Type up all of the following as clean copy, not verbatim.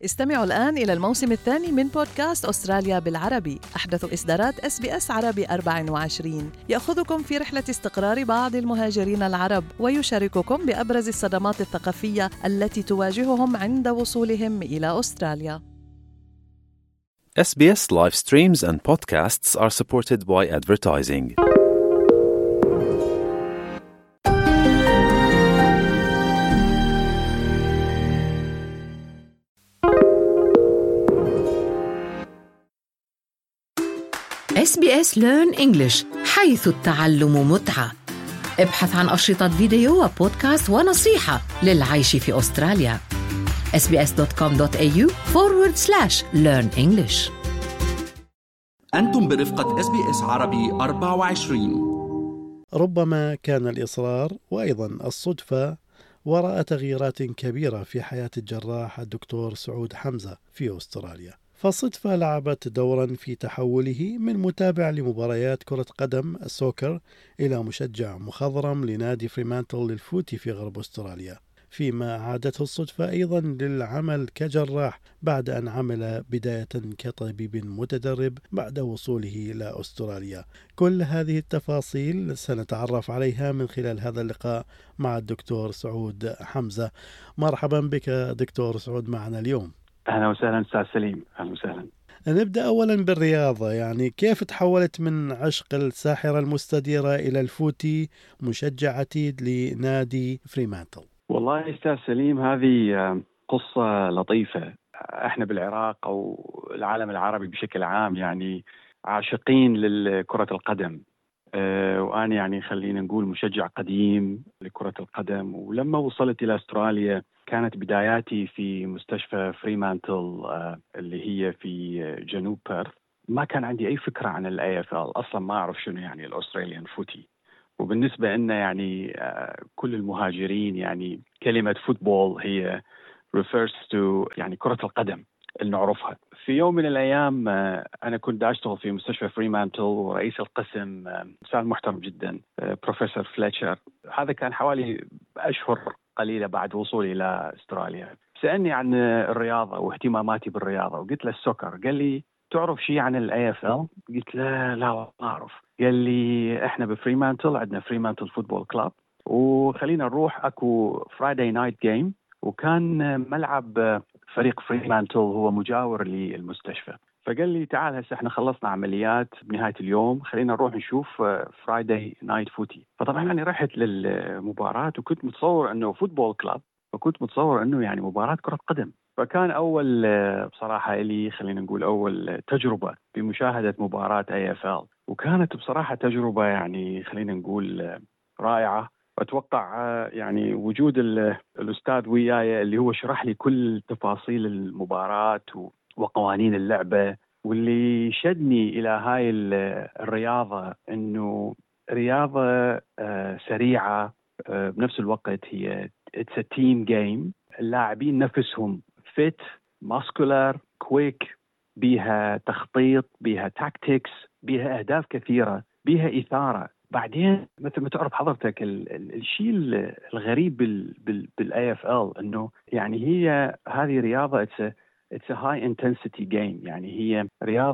استمعوا الآن إلى الموسم الثاني من بودكاست أستراليا بالعربي، أحدث إصدارات SBS عربي 24، يأخذكم في رحلة استقرار بعض المهاجرين العرب ويشارككم بأبرز الصدمات الثقافية التي تواجههم عند وصولهم إلى أستراليا. SBS live streams and podcasts are supported by advertising. SBS Learn English، حيث التعلم متعة. ابحث عن أشرطة فيديو وبودكاست ونصيحة للعيش في أستراليا. sbs.com.au/learn English. أنتم برفقة SBS عربي 24. ربما كان الإصرار وأيضا الصدفة وراء تغييرات كبيرة في حياة الجراح الدكتور سعود حمزة في أستراليا. فالصدفة لعبت دورا في تحوله من متابع لمباريات كرة قدم السوكر إلى مشجع مخضرم لنادي فريمانتل للفوتي في غرب أستراليا، فيما عادته الصدفة أيضا للعمل كجراح بعد أن عمل بداية كطبيب متدرب بعد وصوله إلى أستراليا. كل هذه التفاصيل سنتعرف عليها من خلال هذا اللقاء مع الدكتور سعود حمزة. مرحبا بك دكتور سعود معنا اليوم. أهلا وسهلا أستاذ سليم. أهلا وسهلا. نبدأ أولا بالرياضة، يعني كيف تحولت من عشق الساحرة المستديرة إلى الفوتي مشجع عتيد لنادي فريمانتل؟ والله أستاذ سليم، هذه قصة لطيفة. احنا بالعراق أو العالم العربي بشكل عام يعني عاشقين لكرة القدم، وأنا يعني خلينا نقول مشجع قديم لكرة القدم. ولما وصلت إلى أستراليا كانت بداياتي في مستشفى فريمانتل اللي هي في جنوب بيرث. ما كان عندي أي فكرة عن الAFL، أصلا ما أعرف شنو يعني الأستراليان فوتي. وبالنسبة لنا يعني كل المهاجرين يعني كلمة فوتبول هي refers to يعني كرة القدم اللي نعرفها. في يوم من الأيام أنا كنت أشتغل في مستشفى فريمانتل، ورئيس القسم إنسان محترم جدا بروفيسور فليتشر. هذا كان حوالي أشهر قليلة بعد وصولي إلى أستراليا. سألني عن الرياضة واهتماماتي بالرياضة، وقلت له السوكر. قال لي تعرف شيء عن الAFL؟ قلت له لا ما أعرف. قال لي إحنا بفريمانتل عندنا فريمانتل فوتبول كلاب، وخلينا نروح أكو فرايداي نايت جيم. وكان ملعب فريق فريمانتل هو مجاور للمستشفى. فقال لي تعال هسه احنا خلصنا عمليات بنهاية اليوم، خلينا نروح نشوف فرايداي نايت فوتي. فطبعا يعني رحت للمباراة وكنت متصور انه فوتبول كلاب، وكنت متصور انه يعني مباراة كرة قدم. فكان اول بصراحة لي خلينا نقول اول تجربة بمشاهدة مباراة AFL، وكانت بصراحة تجربة يعني خلينا نقول رائعة. أتوقع يعني وجود الأستاذ وياي اللي هو شرح لي كل تفاصيل المباراة وقوانين اللعبة، واللي شدني إلى هاي الرياضة إنه رياضة سريعة بنفس الوقت. هي it's a team game. اللاعبين نفسهم fit, muscular, quick، بيها تخطيط، بيها tactics، بيها أهداف كثيرة، بيها إثارة. بعدين مثل ما تعرف حضرتك الشيء الغريب بالAFL انه يعني هي هذه رياضة it's a high intensity game، يعني هي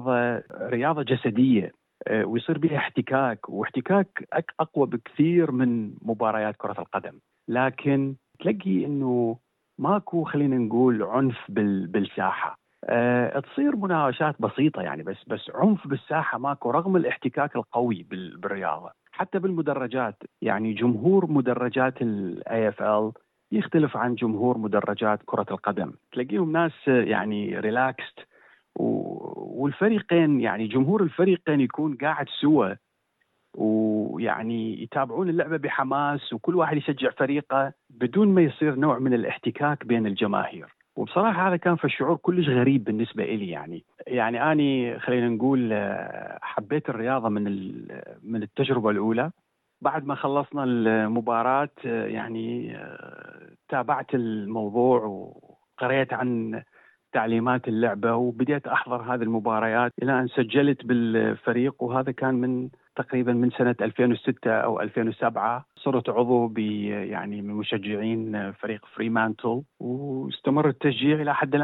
رياضة جسدية، ويصير بها احتكاك، واحتكاك اقوى بكثير من مباريات كرة القدم. لكن تلاقي انه ماكو خلينا نقول عنف بالساحة. تصير مناوشات بسيطة يعني، بس عنف بالساحة ماكو، رغم الاحتكاك القوي بالرياضة. حتى بالمدرجات يعني جمهور مدرجات الAFL يختلف عن جمهور مدرجات كرة القدم. تلاقيهم ناس يعني ريلاكست، والفريقين يعني جمهور الفريقين يكون قاعد سوا، ويعني يتابعون اللعبة بحماس، وكل واحد يشجع فريقه بدون ما يصير نوع من الاحتكاك بين الجماهير. وبصراحة هذا كان في الشعور كلش غريب بالنسبة إلي. يعني أنا خلينا نقول حبيت الرياضة من التجربة الأولى. بعد ما خلصنا المباراة يعني تابعت الموضوع وقرأت عن تعليمات اللعبة، وبدأت أحضر هذه المباريات إلى أن سجلت بالفريق. وهذا كان من تقريبا من سنة 2006 أو 2007. صرت عضو يعني من مشجعين فريق فريمانتل، واستمر التشجيع إلى حد الآن.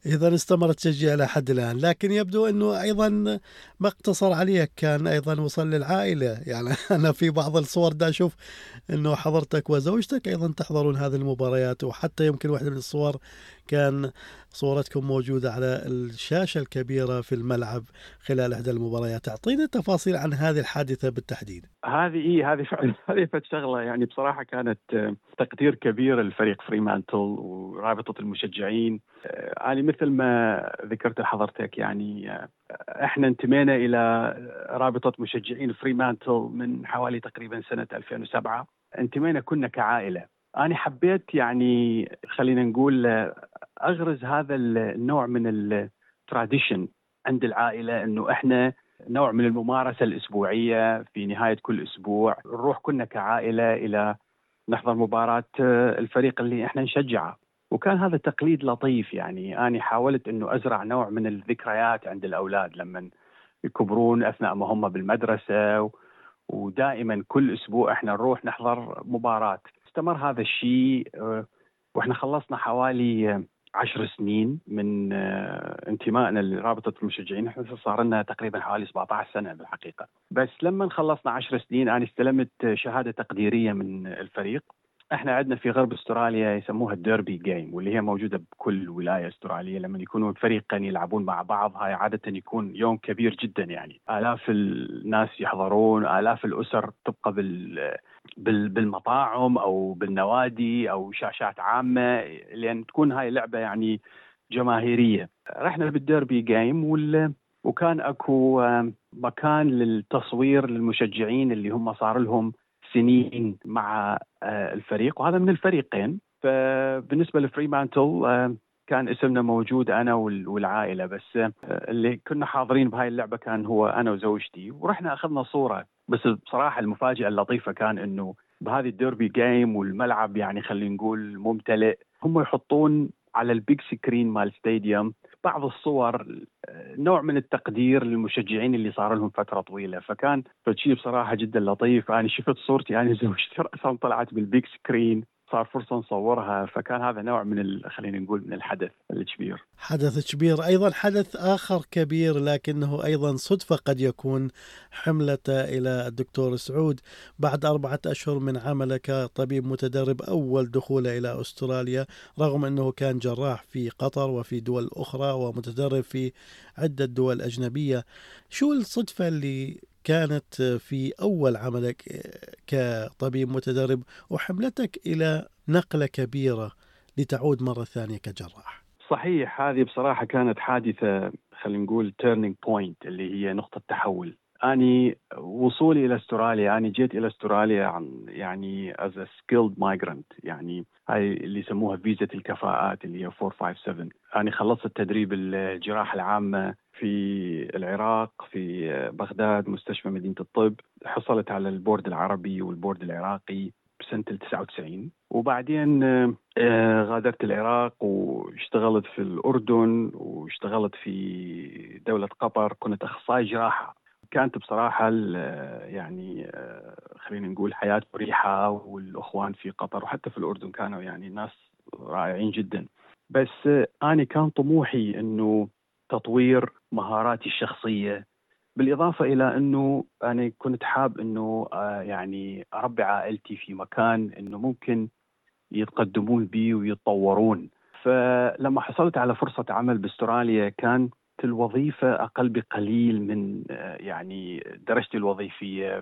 إذا استمر التشجيع لحد الآن، لكن يبدو أنه أيضا ما اقتصر عليك، كان أيضا وصل للعائلة. يعني أنا في بعض الصور دا أشوف أنه حضرتك وزوجتك أيضا تحضرون هذه المباريات، وحتى يمكن واحدة من الصور كان صورتكم موجودة على الشاشة الكبيرة في الملعب خلال إحدى المباريات. أعطينا تفاصيل عن هذه الحادثة بالتحديد. هذه فعلا هذه شغلة يعني بصراحة كانت تقدير كبير للفريق فريمانتل ورابطة المشجعين. أنا مثل ما ذكرت لحضرتك يعني احنا انتمينا إلى رابطة مشجعين فريمانتل من حوالي تقريبا سنة 2007. انتمينا كنا كعائلة. أنا حبيت يعني خلينا نقول أغرز هذا النوع من التراديشن عند العائلة، إنه إحنا نوع من الممارسة الأسبوعية في نهاية كل أسبوع نروح كنا كعائلة إلى نحضر مباراة الفريق اللي إحنا نشجعه. وكان هذا تقليد لطيف. يعني أنا حاولت إنه أزرع نوع من الذكريات عند الأولاد لما يكبرون أثناء ما هم بالمدرسة، ودائما كل أسبوع إحنا نروح نحضر مباراة. استمر هذا الشيء وإحنا خلصنا حوالي 10 سنين من انتمائنا لرابطة المشجعين. احنا صار لنا تقريبا حوالي 17 سنة بالحقيقة. بس لما خلصنا 10 سنين أنا استلمت شهادة تقديرية من الفريق. احنا عندنا في غرب استراليا يسموها الديربي جيم، واللي هي موجودة بكل ولاية استرالية. لما يكونوا فريقين يلعبون مع بعض، هاي عادة يكون يوم كبير جدا، يعني آلاف الناس يحضرون، آلاف الأسر تبقى بالمطاعم أو بالنوادي أو شاشات عامة، لأن تكون هاي لعبة يعني جماهيرية. رحنا بالديربي جيم وكان أكو مكان للتصوير للمشجعين اللي هم صار لهم سنين مع الفريق، وهذا من الفريقين. فبالنسبة لفريمانتل كان اسمنا موجود أنا والعائلة، بس اللي كنا حاضرين بهاي اللعبة كان هو أنا وزوجتي، ورحنا أخذنا صورة. بس بصراحة المفاجأة اللطيفة كان إنه بهذه الديربي جيم والملعب يعني خلينا نقول ممتلئ، هم يحطون على البيج سكرين مال ستاديوم بعض الصور، نوع من التقدير للمشجعين اللي صار لهم فترة طويلة. فكان شيء بصراحة جدا لطيف. أنا شفت صورتي أنا زوجتي رأسا طلعت بالبيج سكرين، صار فرصة نصورها. فكان هذا نوع من خلينا نقول من الحدث الكبير. حدث كبير. أيضا حدث آخر كبير لكنه أيضا صدفة قد يكون حملته إلى الدكتور سعود بعد 4 أشهر من عمله كطبيب متدرب، أول دخوله إلى أستراليا، رغم أنه كان جراح في قطر وفي دول أخرى ومتدرب في عدة دول أجنبية. شو الصدفة اللي كانت في أول عملك كطبيب متدرب وحملتك إلى نقلة كبيرة لتعود مرة ثانية كجراح؟ صحيح، هذه بصراحة كانت حادثة خلينا نقول turning point، اللي هي نقطة تحول. أني وصولي إلى أستراليا، أنا جيت إلى أستراليا يعني as a skilled migrant، يعني هاي اللي يسموها فيزة الكفاءات اللي هي 457. أنا خلصت التدريب الجراحة العامة في العراق في بغداد مستشفى مدينة الطب. حصلت على البورد العربي والبورد العراقي بسنة 99، وبعدين غادرت العراق واشتغلت في الأردن واشتغلت في دولة قطر. كنت أخصائي جراحة. كانت بصراحة يعني خلينا نقول حياة مريحة، والأخوان في قطر وحتى في الأردن كانوا يعني ناس رائعين جدا. بس أنا كان طموحي أنه تطوير مهاراتي الشخصية، بالإضافة إلى أنه أنا كنت حاب أنه يعني أربي عائلتي في مكان أنه ممكن يتقدمون بي ويتطورون. فلما حصلت على فرصة عمل باستراليا كانت الوظيفة أقل بقليل من يعني درجتي الوظيفية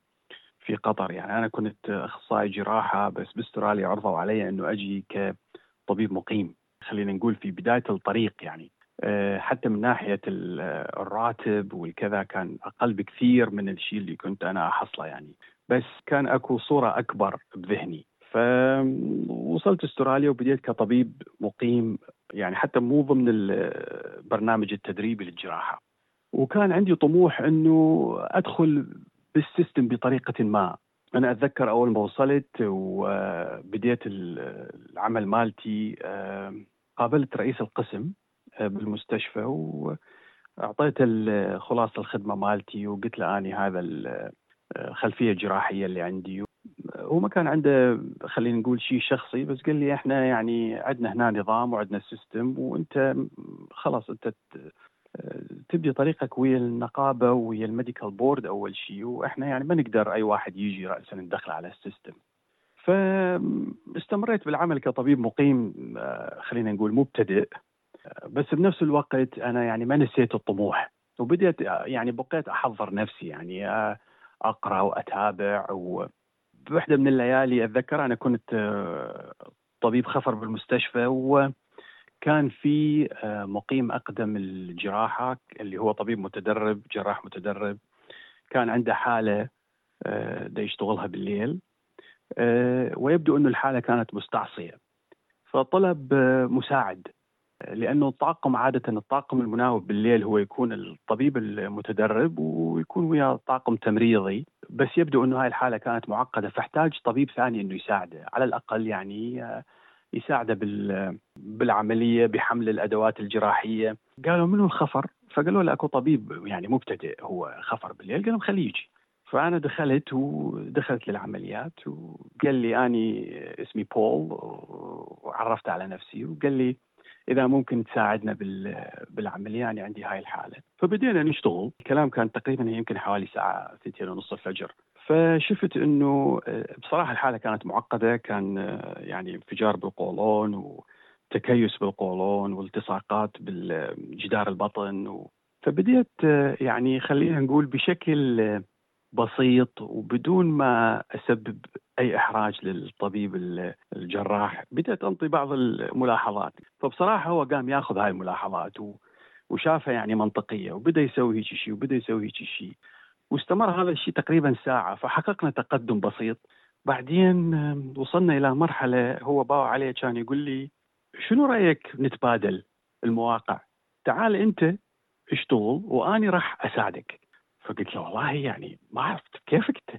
في قطر. يعني أنا كنت أخصائي جراحة، بس باستراليا عرضوا علي أنه أجي كطبيب مقيم، خلينا نقول في بداية الطريق. يعني حتى من ناحية الراتب والكذا كان أقل بكثير من الشيء اللي كنت أنا أحصله يعني. بس كان أكو صورة أكبر بذهني. فوصلت استراليا وبديت كطبيب مقيم، يعني حتى مو ضمن البرنامج التدريبي للجراحة. وكان عندي طموح أنه أدخل بالسيستم بطريقة ما. أنا أتذكر أول ما وصلت وبديت العمل مالتي، قابلت رئيس القسم بالمستشفى وأعطيت خلاصة الخدمة مالتي، وقلت له أني هذا الخلفية الجراحية اللي عندي، هو ما كان عنده خلينا نقول شيء شخصي، بس قال لي احنا يعني عندنا هنا نظام وعندنا سيستم، وانت خلاص انت تبدي طريقك ويا النقابه ويا الميديكال بورد اول شيء، واحنا يعني ما نقدر اي واحد يجي راسا ندخل على السيستم. فاستمريت بالعمل كطبيب مقيم، خلينا نقول مبتدئ، بس بنفس الوقت انا يعني ما نسيت الطموح، وبديت يعني بقيت احضر نفسي، يعني اقرا واتابع. وبوحده من الليالي اتذكر انا كنت طبيب خفر بالمستشفى، وكان في مقيم اقدم الجراحه اللي هو طبيب متدرب، جراح متدرب، كان عنده حاله دا يشتغلها بالليل، ويبدو انه الحاله كانت مستعصيه، فطلب مساعد، لأنه الطاقم عادة الطاقم المناوب بالليل هو يكون الطبيب المتدرب ويكون وياه طاقم تمريضي، بس يبدو أنه هاي الحالة كانت معقدة، فاحتاج طبيب ثاني أنه يساعده على الأقل، يعني يساعده بالعملية، بحمل الأدوات الجراحية. قالوا منو الخفر؟ فقالوا له أكو طبيب يعني مبتدئ هو خفر بالليل. قالوا خليه يجي. فأنا دخلت للعمليات، وقال لي أني اسمي بول، وعرفت على نفسي، وقال لي إذا ممكن تساعدنا بالعملية، يعني عندي هاي الحالة. فبدينا نشتغل. الكلام كان تقريبا يمكن حوالي الساعة 2:30 الفجر. فشفت إنه بصراحة الحالة كانت معقدة، كان يعني انفجار بالقولون وتكيس بالقولون والتصاقات بالجدار البطن. فبديت يعني خلينا نقول بشكل بسيط وبدون ما أسبب أي إحراج للطبيب الجراح، بدأت أنطي بعض الملاحظات. فبصراحة هو قام ياخذ هاي الملاحظات وشافها يعني منطقية، وبدأ يسوي هيك شيء وبدأ يسوي هيك شيء، واستمر هذا الشيء تقريبا ساعة. فحققنا تقدم بسيط. بعدين وصلنا إلى مرحلة هو باو عليه كان يقول لي شنو رأيك نتبادل المواقع، تعال أنت اشتغل وأني راح أساعدك. فقلت له والله يعني ما عرفت كيفك انت.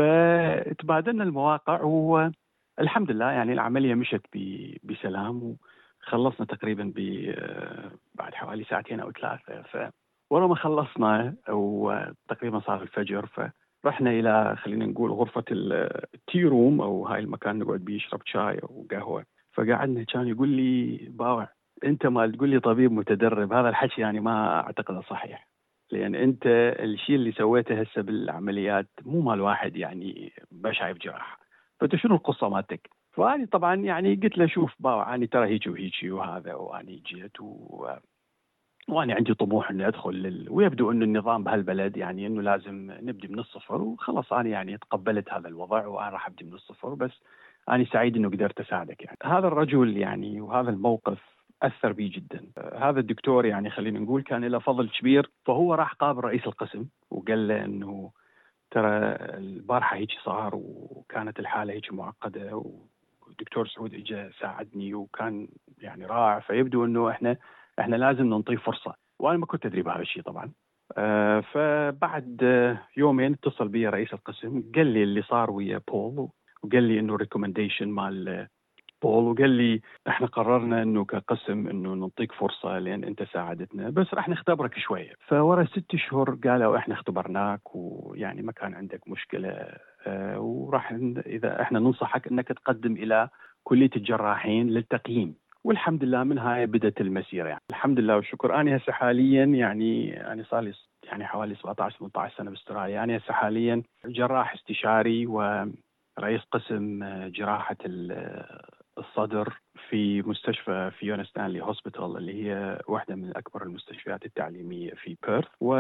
فتبادلنا المواقع، والحمد لله يعني العملية مشت بسلام، وخلصنا تقريبا بعد حوالي 2 أو 3. ورا ما خلصنا وتقريبا صار الفجر، فرحنا إلى خلينا نقول غرفة التي روم، أو هاي المكان نقعد بيه يشرب شاي أو قهوة. فقعدنا كان يقول لي باوع أنت ما تقول لي طبيب متدرب، هذا الحكي يعني ما أعتقده صحيح، لأن أنت الشيء اللي سويته هسه بالعمليات مو مال واحد يعني ما شايف جراح، فأنت شنو القصة مالتك؟ فأنا طبعا يعني قلت له شوف باوع أنا ترى هيك وهيك وهذا، وأنا جيت وأنا عندي طموح إني أدخل ويبدو إنه النظام بهالبلد يعني إنه لازم نبدي من الصفر، وخلاص أنا يعني تقبلت هذا الوضع وأنا راح أبدي من الصفر، بس أنا سعيد إنه قدرت أساعدك. يعني هذا الرجل يعني وهذا الموقف أثر بي جدا. هذا الدكتور يعني خلينا نقول كان له فضل كبير، فهو راح قابل رئيس القسم وقال له إنه ترى البارحة هيك صار وكانت الحالة هيك معقدة، والدكتور سعود إجا ساعدني وكان يعني رائع، فيبدو إنه إحنا لازم ننطيه فرصة. وأنا ما كنت أدري بهذا الشيء طبعا. فبعد يومين اتصل بي رئيس القسم، قال لي اللي صار ويا بول، وقال لي إنه ريكومنديشن مال بول، وقال لي احنا قررنا انه كقسم انه نعطيك فرصه لان انت ساعدتنا، بس راح نختبرك شويه. فورا 6 شهور قالوا احنا اختبرناك ويعني ما كان عندك مشكله، وراح اذا احنا ننصحك انك تقدم الى كليه الجراحين للتقييم. والحمد لله من هاي بدت المسيره، يعني الحمد لله والشكر. انا هسه حاليا يعني انا صار لي يعني حوالي 17-18 سنه باستراليا. انا هسه حاليا جراح استشاري ورئيس قسم جراحه الصدر في مستشفى فيونا ستانلي هوسبيتال، اللي هي واحدة من أكبر المستشفيات التعليمية في بيرث، و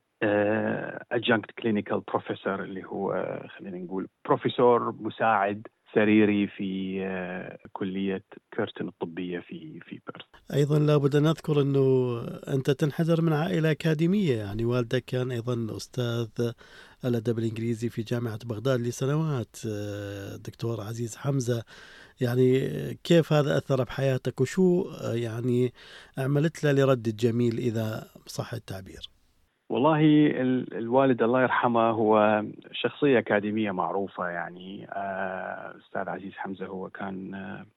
adjunct clinical professor اللي هو خلينا نقول بروفيسور مساعد سريري في كلية كيرتن الطبية في بيرث. أيضا لابد أن أذكر أنه أنت تنحدر من عائلة أكاديمية، يعني والدك كان أيضا أستاذ الأدب الإنجليزي في جامعة بغداد لسنوات، دكتور عزيز حمزة. يعني كيف هذا أثر بحياتك وشو يعني عملت له لرد الجميل إذا صح التعبير؟ والله الوالد الله يرحمه هو شخصية أكاديمية معروفة، يعني أستاذ عزيز حمزة هو كان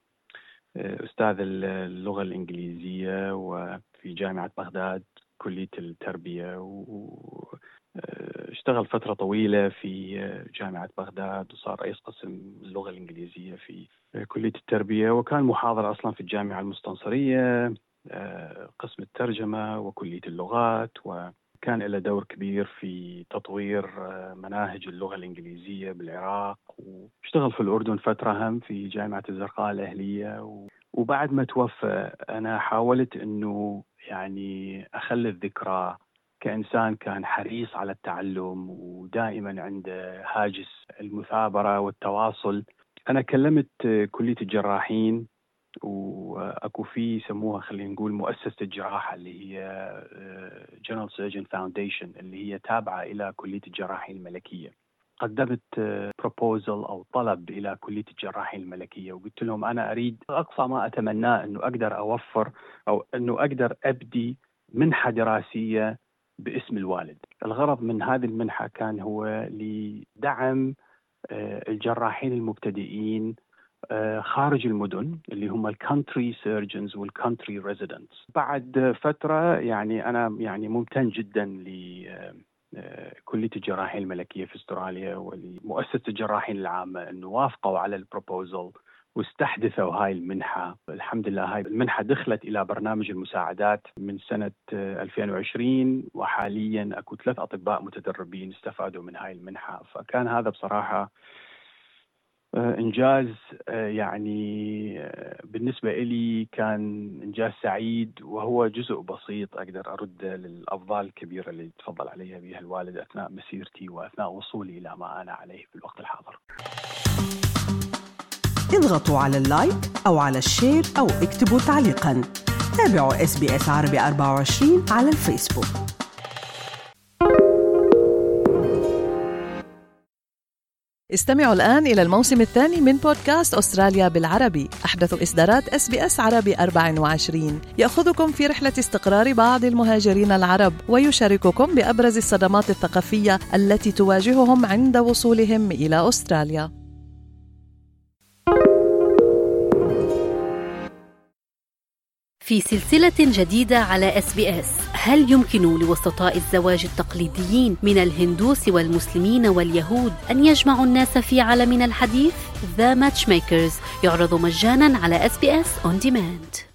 أستاذ اللغة الإنجليزية وفي جامعة بغداد كلية التربية، اشتغل فترة طويلة في جامعة بغداد، وصار رئيس قسم اللغة الإنجليزية في كلية التربية، وكان محاضر أصلا في الجامعة المستنصرية قسم الترجمة وكلية اللغات، وكان له دور كبير في تطوير مناهج اللغة الإنجليزية بالعراق، واشتغل في الأردن فترة هم في جامعة الزرقاء الأهلية. وبعد ما توفى أنا حاولت أنه يعني أخلد ذكرى كإنسان كان حريص على التعلم ودائما عنده هاجس المثابرة والتواصل. أنا كلمت كلية الجراحين، وأكو في يسموها خلينا نقول مؤسسة الجراحة اللي هي General Surgeon Foundation اللي هي تابعة إلى كلية الجراحين الملكية. قدمت proposal أو طلب إلى كلية الجراحين الملكية، وقلت لهم أنا أريد أقصى ما أتمناه أنه أقدر أوفر أو أنه أقدر أبدي منحة دراسية باسم الوالد. الغرض من هذه المنحة كان هو لدعم الجراحين المبتدئين خارج المدن اللي هم الكونتري سيرجنز والكونتري ريزيدنتس. بعد فترة يعني أنا يعني ممتن جدا لكلية الجراحين الملكية في استراليا ولمؤسسة الجراحين العامة أنه وافقوا على البروبوزل واستحدثوا هاي المنحة. الحمد لله هاي المنحة دخلت إلى برنامج المساعدات من سنة 2020، وحاليا أكو 3 أطباء متدربين استفادوا من هاي المنحة. فكان هذا بصراحة إنجاز يعني بالنسبة إلي كان إنجاز سعيد، وهو جزء بسيط أقدر أرد للأفضال الكبيرة اللي تفضل عليها بها الوالد أثناء مسيرتي وأثناء وصولي إلى ما أنا عليه في الوقت الحاضر. اضغطوا على اللايك أو على الشير أو اكتبوا تعليقاً. تابعوا SBS عربي 24 على الفيسبوك. استمعوا الآن إلى الموسم الثاني من بودكاست أستراليا بالعربي، أحدث إصدارات SBS عربي 24 يأخذكم في رحلة استقرار بعض المهاجرين العرب ويشارككم بأبرز الصدمات الثقافية التي تواجههم عند وصولهم إلى أستراليا. في سلسلة جديدة على SBS. هل يمكن لوسطاء الزواج التقليديين من الهندوس والمسلمين واليهود أن يجمعوا الناس في عالمنا الحديث؟ The Matchmakers يعرض مجاناً على SBS On Demand.